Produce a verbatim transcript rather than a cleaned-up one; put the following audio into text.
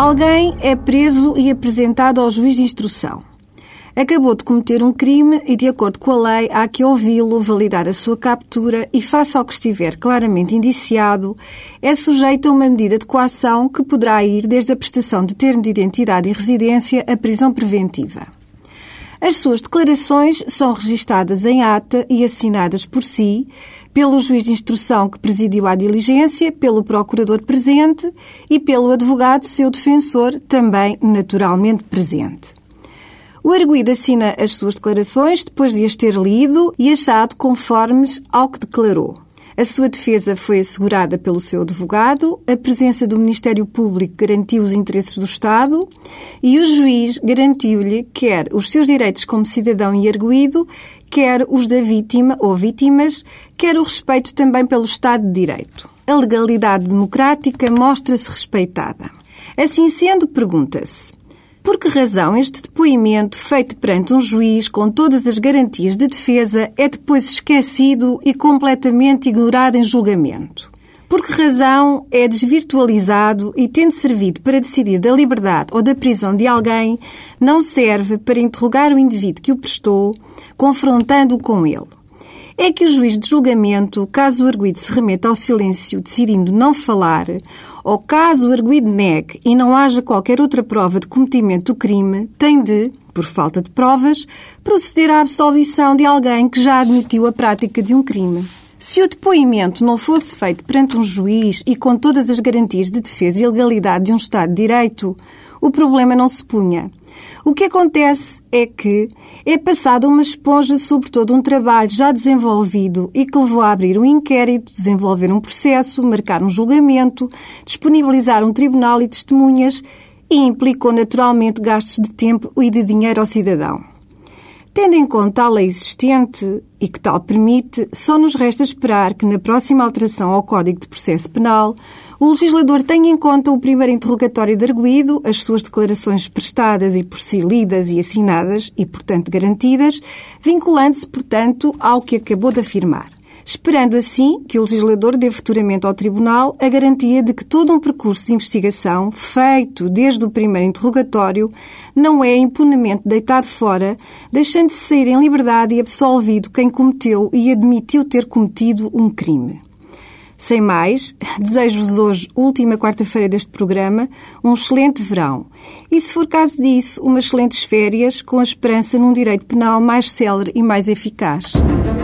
Alguém é preso e apresentado ao juiz de instrução. Acabou de cometer um crime e, de acordo com a lei, há que ouvi-lo, validar a sua captura e, face ao que estiver claramente indiciado, é sujeito a uma medida de coação que poderá ir desde a prestação de termo de identidade e residência à prisão preventiva. As suas declarações são registadas em ata e assinadas por si, pelo juiz de instrução que presidiu a diligência, pelo procurador presente e pelo advogado seu defensor, também naturalmente presente. O arguido assina as suas declarações depois de as ter lido e achado conformes ao que declarou. A sua defesa foi assegurada pelo seu advogado, a presença do Ministério Público garantiu os interesses do Estado e o juiz garantiu-lhe quer os seus direitos como cidadão e arguido, quer os da vítima ou vítimas, quer o respeito também pelo Estado de Direito. A legalidade democrática mostra-se respeitada. Assim sendo, pergunta-se: por que razão este depoimento, feito perante um juiz com todas as garantias de defesa, é depois esquecido e completamente ignorado em julgamento? Por que razão é desvirtualizado e, tendo servido para decidir da liberdade ou da prisão de alguém, não serve para interrogar o indivíduo que o prestou, confrontando-o com ele? É que o juiz de julgamento, caso o arguido se remeta ao silêncio decidindo não falar, ou caso o arguido negue e não haja qualquer outra prova de cometimento do crime, tem de, por falta de provas, proceder à absolvição de alguém que já admitiu a prática de um crime. Se o depoimento não fosse feito perante um juiz e com todas as garantias de defesa e legalidade de um Estado de Direito, o problema não se punha. O que acontece é que é passada uma esponja sobre todo um trabalho já desenvolvido e que levou a abrir um inquérito, desenvolver um processo, marcar um julgamento, disponibilizar um tribunal e testemunhas e implicou naturalmente gastos de tempo e de dinheiro ao cidadão. Tendo em conta a lei existente e que tal permite, só nos resta esperar que na próxima alteração ao Código de Processo Penal o legislador tenha em conta o primeiro interrogatório de arguido, as suas declarações prestadas e por si lidas e assinadas e, portanto, garantidas, vinculando-se, portanto, ao que acabou de afirmar. Esperando assim que o legislador dê futuramente ao Tribunal a garantia de que todo um percurso de investigação, feito desde o primeiro interrogatório, não é impunemente deitado fora, deixando-se sair em liberdade e absolvido quem cometeu e admitiu ter cometido um crime. Sem mais, desejo-vos hoje, última quarta-feira deste programa, um excelente verão e, se for caso disso, umas excelentes férias com a esperança num direito penal mais célere e mais eficaz.